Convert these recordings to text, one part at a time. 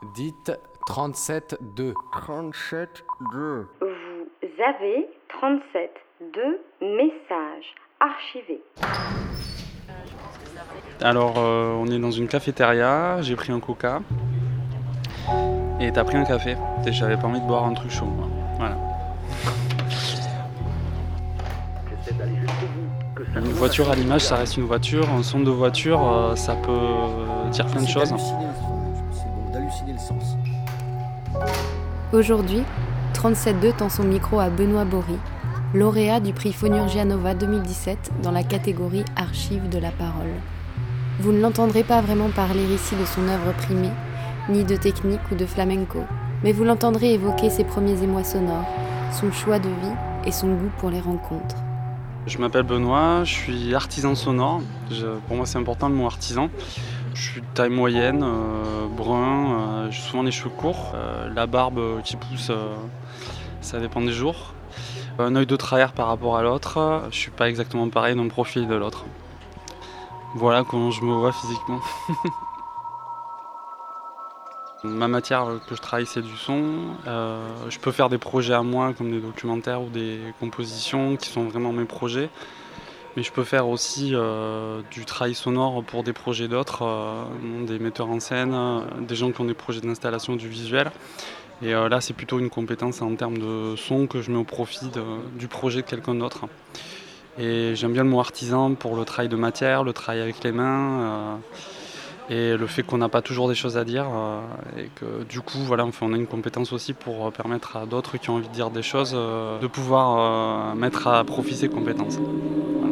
Dites 37-2. 37-2. Vous avez 37-2 messages archivés. Alors, on est dans une cafétéria, j'ai pris un coca et t'as pris un café. Et j'avais pas envie de boire un truc chaud, moi. Voilà. Une voiture à l'image, ça reste une voiture. Un son de voiture, ça peut dire plein de choses. C'est bon d'halluciner le sens. Aujourd'hui, 37.2 tend son micro à Benoît Bory, lauréat du prix Phonurgia Nova 2017 dans la catégorie Archives de la parole. Vous ne l'entendrez pas vraiment parler ici de son œuvre primée, ni de technique ou de flamenco, mais vous l'entendrez évoquer ses premiers émois sonores, son choix de vie et son goût pour les rencontres. Je m'appelle Benoît, je suis artisan sonore. Pour moi, c'est important le mot artisan. Je suis de taille moyenne, brun, j'ai souvent les cheveux courts, la barbe qui pousse, ça dépend des jours. Un œil de travers par rapport à l'autre, je suis pas exactement pareil d'un profil de l'autre. Voilà comment je me vois physiquement. Ma matière que je travaille, c'est du son. Je peux faire des projets à moi, comme des documentaires ou des compositions qui sont vraiment mes projets. Mais je peux faire aussi du travail sonore pour des projets d'autres, des metteurs en scène, des gens qui ont des projets d'installation du visuel. Et là, c'est plutôt une compétence en termes de son que je mets au profit du projet de quelqu'un d'autre. Et j'aime bien le mot artisan pour le travail de matière, le travail avec les mains. Et le fait qu'on n'a pas toujours des choses à dire et que du coup voilà, on a une compétence aussi pour permettre à d'autres qui ont envie de dire des choses de pouvoir mettre à profit ces compétences. Voilà.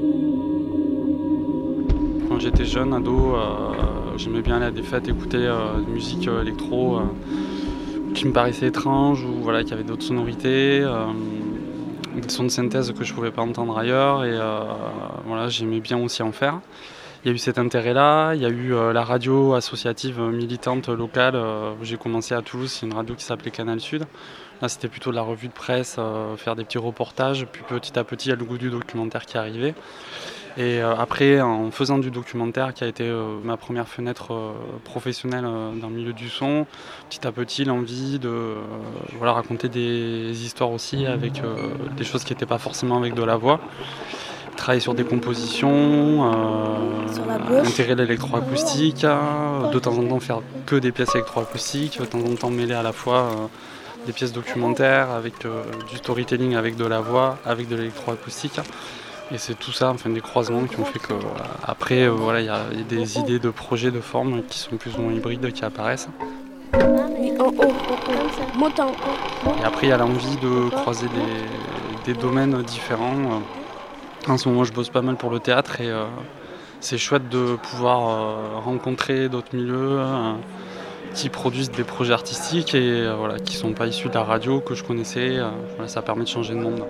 Quand j'étais jeune, ado, j'aimais bien aller à des fêtes écouter de musique électro qui me paraissait étrange ou voilà, qu'il y avait d'autres sonorités, des sons de synthèse que je ne pouvais pas entendre ailleurs et voilà, j'aimais bien aussi en faire. Il y a eu cet intérêt-là, il y a eu la radio associative militante locale où j'ai commencé à Toulouse, c'est une radio qui s'appelait Canal Sud. Là c'était plutôt de la revue de presse, faire des petits reportages, puis petit à petit il y a le goût du documentaire qui est arrivé. Et après en faisant du documentaire qui a été ma première fenêtre professionnelle dans le milieu du son, petit à petit l'envie de voilà, raconter des histoires aussi avec des choses qui n'étaient pas forcément avec de la voix. Travailler sur des compositions, intégrer l'électroacoustique, de temps en temps faire que des pièces électroacoustiques, de temps en temps mêler à la fois des pièces documentaires avec du storytelling avec de la voix, avec de l'électroacoustique. Et c'est tout ça, enfin des croisements qui ont fait que après voilà, il y a des idées de projets, de formes qui sont plus ou moins hybrides qui apparaissent. Et après il y a l'envie de croiser des domaines différents. En ce moment, je bosse pas mal pour le théâtre et c'est chouette de pouvoir rencontrer d'autres milieux qui produisent des projets artistiques et voilà, qui sont pas issus de la radio que je connaissais. Voilà, ça permet de changer de monde.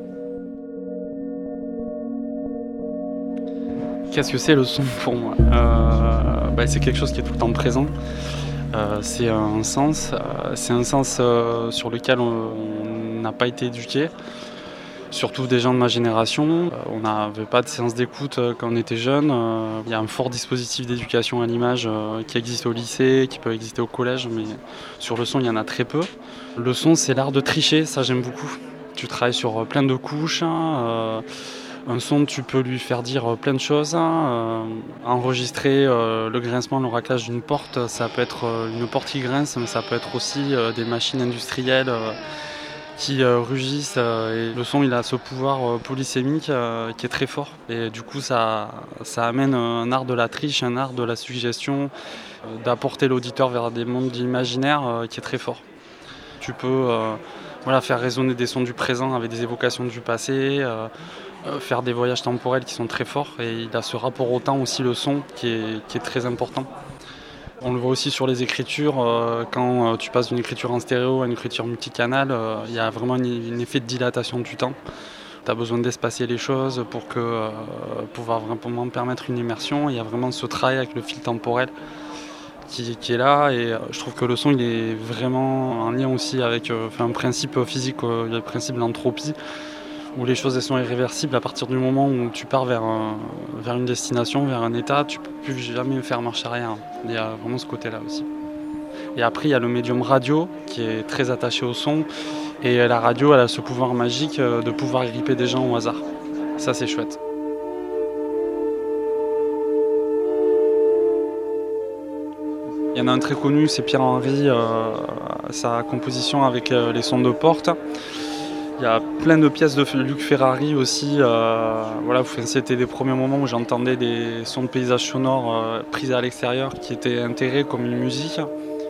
Qu'est-ce que c'est le son pour moi ? C'est quelque chose qui est tout le temps présent. C'est un sens sur lequel on n'a pas été éduqué. Surtout des gens de ma génération. On n'avait pas de séance d'écoute quand on était jeune. Il y a un fort dispositif d'éducation à l'image qui existe au lycée, qui peut exister au collège, mais sur le son, il y en a très peu. Le son, c'est l'art de tricher, ça j'aime beaucoup. Tu travailles sur plein de couches. Un son, tu peux lui faire dire plein de choses. Enregistrer le grincement, le raclage d'une porte, ça peut être une porte qui grince, mais ça peut être aussi des machines industrielles qui rugissent et le son il a ce pouvoir polysémique qui est très fort et du coup ça amène un art de la triche, un art de la suggestion, d'apporter l'auditeur vers des mondes imaginaires qui est très fort. Tu peux faire résonner des sons du présent avec des évocations du passé, faire des voyages temporels qui sont très forts et il a ce rapport au temps aussi le son qui est très important. On le voit aussi sur les écritures, quand tu passes d'une écriture en stéréo à une écriture multicanale, il y a vraiment un effet de dilatation du temps. Tu as besoin d'espacer les choses pour pouvoir vraiment permettre une immersion. Il y a vraiment ce travail avec le fil temporel qui est là et je trouve que le son il est vraiment en lien aussi avec un principe physique, le principe de l'entropie, où les choses elles sont irréversibles à partir du moment où tu pars vers une destination, vers un état, tu ne peux plus jamais faire marche arrière. Il y a vraiment ce côté-là aussi. Et après, il y a le médium radio qui est très attaché au son. Et la radio, elle a ce pouvoir magique de pouvoir gripper des gens au hasard. Ça, c'est chouette. Il y en a un très connu, c'est Pierre-Henry, sa composition avec les sons de porte. Il y a plein de pièces de Luc Ferrari aussi. Voilà, c'était des premiers moments où j'entendais des sons de paysages sonores pris à l'extérieur qui étaient intégrés comme une musique.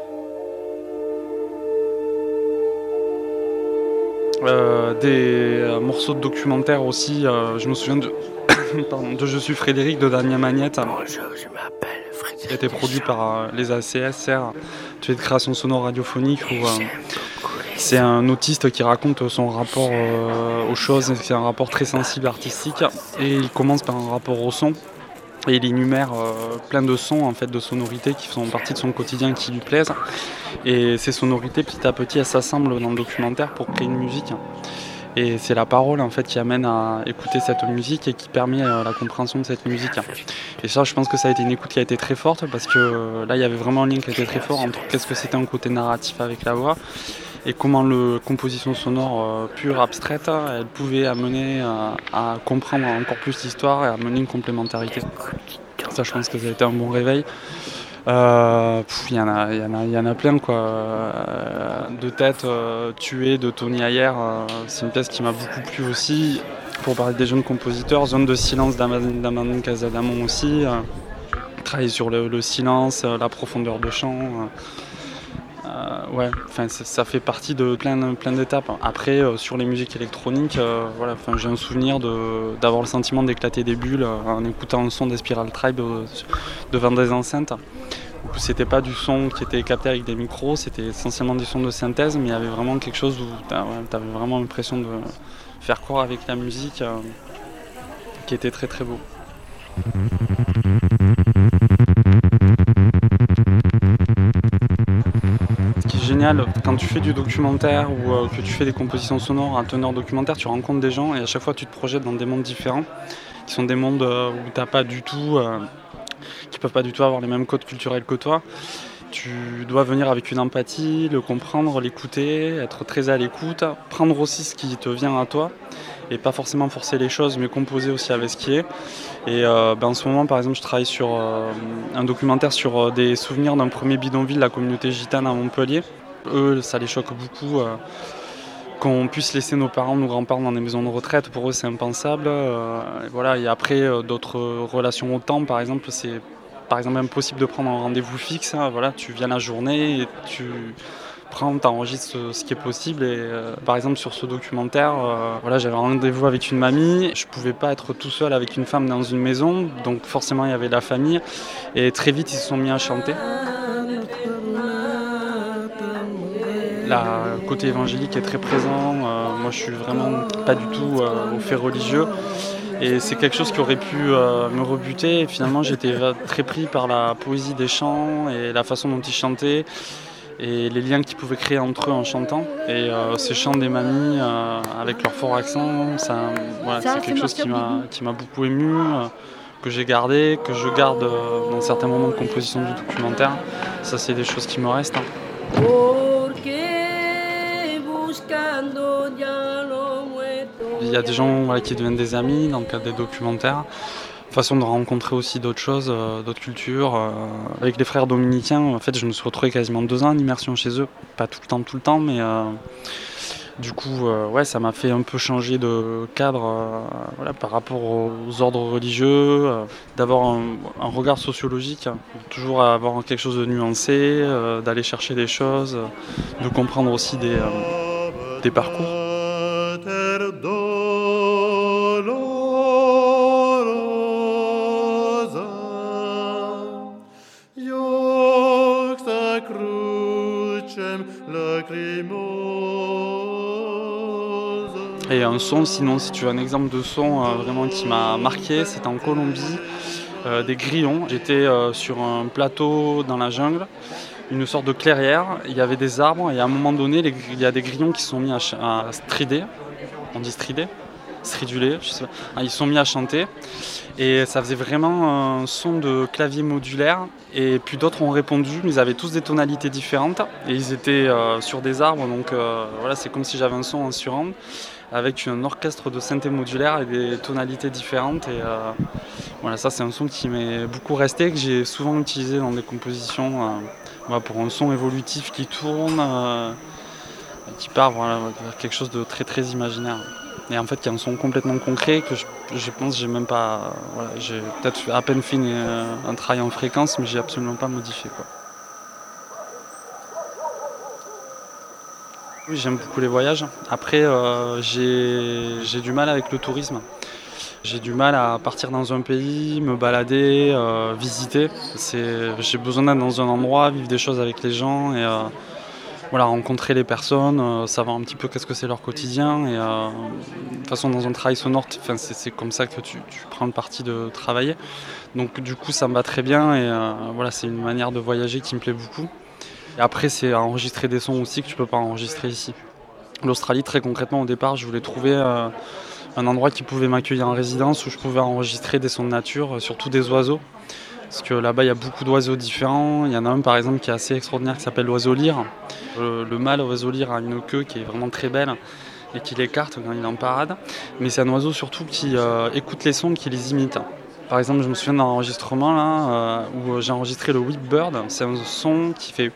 Des morceaux de documentaires aussi. Je me souviens de, de Je suis Frédéric de Damien Magnette. Bonjour, je m'appelle Frédéric. Qui a été produit par les ACSR, tu es de création sonore radiophonique où c'est un autiste qui raconte son rapport aux choses. C'est un rapport très sensible artistique et il commence par un rapport au son. Et il énumère plein de sons, en fait, de sonorités qui font partie de son quotidien qui lui plaisent. Et ces sonorités, petit à petit, elles s'assemblent dans le documentaire pour créer une musique. Et c'est la parole, en fait, qui amène à écouter cette musique et qui permet la compréhension de cette musique. Et ça, je pense que ça a été une écoute qui a été très forte parce que là, il y avait vraiment un lien qui était très fort entre qu'est-ce que c'était un côté narratif avec la voix et comment la composition sonore pure, abstraite, elle pouvait amener à comprendre encore plus l'histoire et à amener une complémentarité. Ça, je pense que ça a été un bon réveil. Il y en a plein, quoi. De tête tuée de Tony Ayer, c'est une pièce qui m'a beaucoup plu aussi. Pour parler des jeunes compositeurs, Zone de silence d'Amandine Casadamon aussi. Travailler sur le silence, la profondeur de chant. Ouais, ça fait partie de plein d'étapes. Après, sur les musiques électroniques, voilà, j'ai un souvenir d'avoir le sentiment d'éclater des bulles en écoutant un son des Spiral Tribe devant des enceintes. C'était pas du son qui était capté avec des micros, c'était essentiellement du son de synthèse, mais il y avait vraiment quelque chose où t'avais vraiment l'impression de faire corps avec la musique qui était très très beau. Ce qui est génial, quand tu fais du documentaire ou que tu fais des compositions sonores à teneur documentaire, tu rencontres des gens et à chaque fois tu te projettes dans des mondes différents, qui sont des mondes où t'as pas du tout... qui peuvent pas du tout avoir les mêmes codes culturels que toi. Tu dois venir avec une empathie, le comprendre, l'écouter, être très à l'écoute, prendre aussi ce qui te vient à toi et pas forcément forcer les choses mais composer aussi avec ce qui est. Et en ce moment par exemple je travaille sur un documentaire sur des souvenirs d'un premier bidonville de la communauté gitane à Montpellier. Eux ça les choque beaucoup qu'on puisse laisser nos parents, nos grands-parents dans des maisons de retraite, pour eux c'est impensable. Voilà. Et après d'autres relations au temps par exemple, c'est par exemple impossible de prendre un rendez-vous fixe. Voilà, tu viens la journée et tu t'enregistres ce qui est possible. Et par exemple sur ce documentaire, voilà, j'avais un rendez-vous avec une mamie, je pouvais pas être tout seul avec une femme dans une maison, donc forcément il y avait la famille. Et très vite ils se sont mis à chanter. Le côté évangélique est très présent. Moi, je suis vraiment pas du tout au fait religieux. Et c'est quelque chose qui aurait pu me rebuter. Et finalement, j'étais très pris par la poésie des chants et la façon dont ils chantaient et les liens qu'ils pouvaient créer entre eux en chantant. Et ces chants des mamies avec leur fort accent, voilà, c'est quelque chose qui m'a beaucoup ému, que j'ai gardé, que je garde dans certains moments de composition du documentaire. Ça, c'est des choses qui me restent. Il y a des gens qui deviennent des amis dans le cadre des documentaires. Façon de rencontrer aussi d'autres choses, d'autres cultures. Avec les frères dominicains, en fait, je me suis retrouvé quasiment 2 ans en immersion chez eux. Pas tout le temps, mais du coup, ça m'a fait un peu changer de cadre par rapport aux ordres religieux, d'avoir un regard sociologique, toujours avoir quelque chose de nuancé, d'aller chercher des choses, de comprendre aussi des parcours. Et un son, sinon, si tu veux un exemple de son vraiment qui m'a marqué, c'était en Colombie, des grillons. J'étais sur un plateau dans la jungle, une sorte de clairière, il y avait des arbres et à un moment donné, il y a des grillons qui se sont mis à strider, on dit strider, stridulé, je sais pas. Ils se sont mis à chanter et ça faisait vraiment un son de clavier modulaire. Et puis d'autres ont répondu, mais ils avaient tous des tonalités différentes et ils étaient sur des arbres, donc voilà, c'est comme si j'avais un son en surround avec un orchestre de synthé modulaire et des tonalités différentes. Et voilà, ça c'est un son qui m'est beaucoup resté, que j'ai souvent utilisé dans des compositions voilà, pour un son évolutif qui tourne, qui part voilà, vers quelque chose de très très imaginaire. Et en fait, il y a un son complètement concret que je pense que j'ai même pas. Voilà, j'ai peut-être à peine fait un travail en fréquence, mais j'ai absolument pas modifié, quoi. Oui, j'aime beaucoup les voyages. Après, j'ai du mal avec le tourisme. J'ai du mal à partir dans un pays, me balader, visiter. J'ai besoin d'être dans un endroit, vivre des choses avec les gens et voilà, rencontrer les personnes, savoir un petit peu qu'est-ce que c'est leur quotidien. Et de toute façon, dans un travail sonore, c'est comme ça que tu prends le parti de travailler. Donc du coup, ça me va très bien et voilà, c'est une manière de voyager qui me plaît beaucoup. Et après, c'est enregistrer des sons aussi que tu peux pas enregistrer ici. L'Australie, très concrètement, au départ, je voulais trouver un endroit qui pouvait m'accueillir en résidence où je pouvais enregistrer des sons de nature, surtout des oiseaux. Parce que là-bas, il y a beaucoup d'oiseaux différents. Il y en a un, par exemple, qui est assez extraordinaire, qui s'appelle l'oiseau lyre. Le mâle oiseau lyre a une queue qui est vraiment très belle et qui l'écarte quand il est en parade. Mais c'est un oiseau surtout qui écoute les sons, qui les imite. Par exemple, je me souviens d'un enregistrement là, où j'ai enregistré le whip bird. C'est un son qui fait...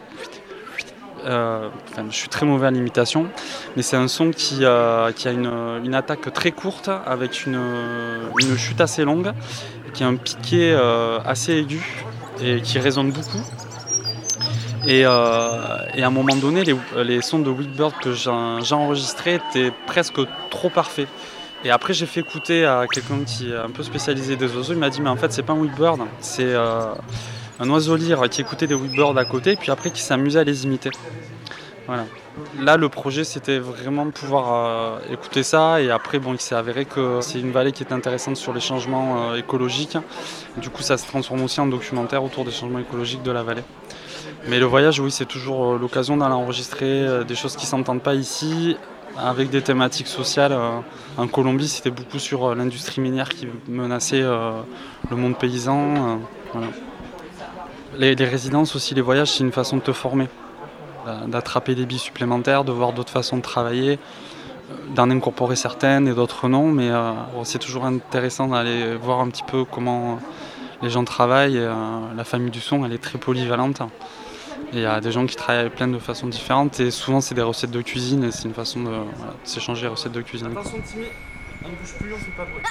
je suis très mauvais à l'imitation, mais c'est un son qui a une attaque très courte avec une chute assez longue, qui a un piqué assez aigu et qui résonne beaucoup. Et à un moment donné, les sons de Whipbird que j'ai enregistrés étaient presque trop parfaits. Et après, j'ai fait écouter à quelqu'un qui est un peu spécialisé des oiseaux. Il m'a dit, mais en fait, c'est pas un Whipbird, c'est un oiseau lyre qui écoutait des Whipbirds à côté, puis après qui s'amusait à les imiter. Voilà. Là, le projet, c'était vraiment de pouvoir écouter ça. Et après, bon, il s'est avéré que c'est une vallée qui est intéressante sur les changements écologiques. Du coup, ça se transforme aussi en documentaire autour des changements écologiques de la vallée. Mais le voyage, oui, c'est toujours l'occasion d'aller enregistrer des choses qui ne s'entendent pas ici, avec des thématiques sociales. En Colombie, c'était beaucoup sur l'industrie minière qui menaçait le monde paysan. Voilà. Les résidences aussi, les voyages, c'est une façon de te former, d'attraper des billes supplémentaires, de voir d'autres façons de travailler, d'en incorporer certaines et d'autres non, mais c'est toujours intéressant d'aller voir un petit peu comment les gens travaillent. La famille du son, elle est très polyvalente. Il y a des gens qui travaillent avec plein de façons différentes et souvent c'est des recettes de cuisine et c'est une façon de s'échanger les recettes de cuisine. Attention Timmy, on ne bouge plus, on fait pas de bruit.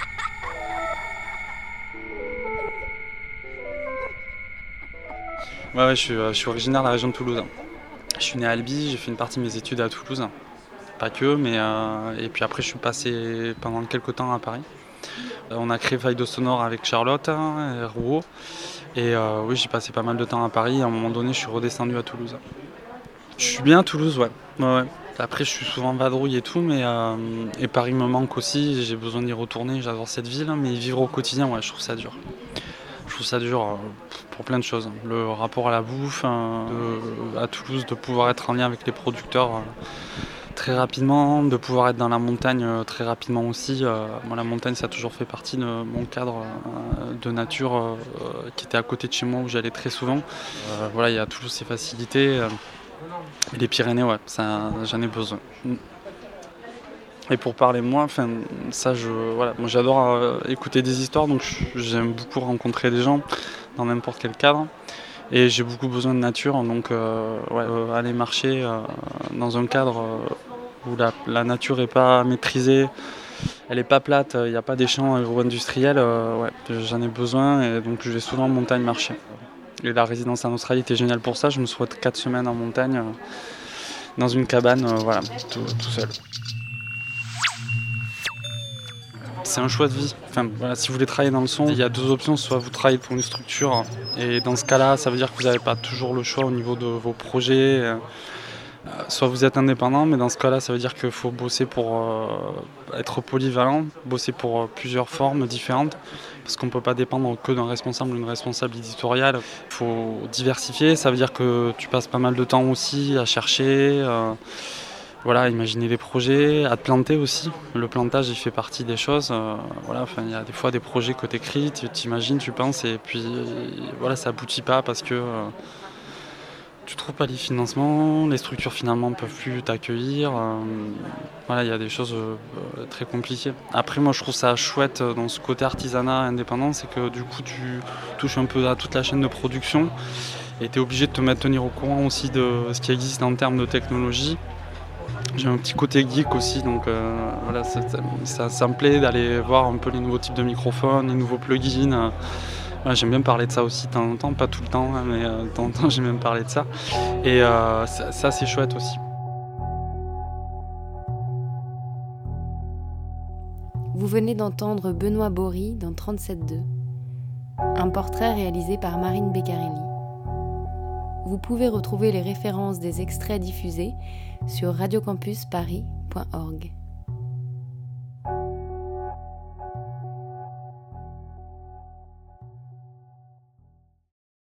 Ouais, je suis originaire de la région de Toulouse. Je suis né à Albi, j'ai fait une partie de mes études à Toulouse. Pas que, mais et puis après je suis passé pendant quelques temps à Paris. On a créé Faille de Sonore avec Charlotte et Rouault. Et oui, j'ai passé pas mal de temps à Paris. À un moment donné, je suis redescendu à Toulouse. Je suis bien à Toulouse, ouais. Après, je suis souvent vadrouille et tout, mais et Paris me manque aussi. J'ai besoin d'y retourner. J'adore cette ville, mais vivre au quotidien, ouais, je trouve ça dur. Je trouve ça dur pour plein de choses. Le rapport à la bouffe, à Toulouse, de pouvoir être en lien avec les producteurs très rapidement, de pouvoir être dans la montagne très rapidement aussi. Moi, la montagne, ça a toujours fait partie de mon cadre de nature qui était à côté de chez moi, où j'allais très souvent. Voilà, il y a toujours ces facilités. Et les Pyrénées, ouais, ça, j'en ai besoin. Et pour parler de moi, voilà, moi j'adore écouter des histoires, donc j'aime beaucoup rencontrer des gens dans n'importe quel cadre. Et j'ai beaucoup besoin de nature, donc aller marcher dans un cadre où la nature n'est pas maîtrisée, elle n'est pas plate, il n'y a pas des champs agro-industriels, j'en ai besoin et donc je vais souvent en montagne marcher. Et la résidence en Australie était géniale pour ça, je me souhaite 4 semaines en montagne, dans une cabane, tout seul. C'est un choix de vie. Si vous voulez travailler dans le son, il y a 2 options. Soit vous travaillez pour une structure, et dans ce cas-là, ça veut dire que vous n'avez pas toujours le choix au niveau de vos projets. Soit vous êtes indépendant, mais dans ce cas-là, ça veut dire qu'il faut bosser pour être polyvalent, bosser pour plusieurs formes différentes, parce qu'on ne peut pas dépendre que d'un responsable ou d'une responsable éditoriale. Il faut diversifier, ça veut dire que tu passes pas mal de temps aussi à chercher. Voilà, imaginer des projets, à te planter aussi. Le plantage, il fait partie des choses. Il y a des fois des projets que tu écris, tu t'imagines, tu penses, et puis ça aboutit pas parce que tu trouves pas les financements, les structures finalement peuvent plus t'accueillir. Il y a des choses très compliquées. Après, moi, je trouve ça chouette dans ce côté artisanat indépendant, c'est que du coup, tu touches un peu à toute la chaîne de production et tu es obligé de te maintenir au courant aussi de ce qui existe en termes de technologie. J'ai un petit côté geek aussi, donc ça me plaît d'aller voir un peu les nouveaux types de microphones, les nouveaux plugins. J'aime bien parler de ça aussi de temps en temps, pas tout le temps, mais de temps en temps j'aime bien parler de ça. Et ça c'est chouette aussi. Vous venez d'entendre Benoît Bory dans 37.2, un portrait réalisé par Marine Beccarelli. Vous pouvez retrouver les références des extraits diffusés sur radiocampusparis.org.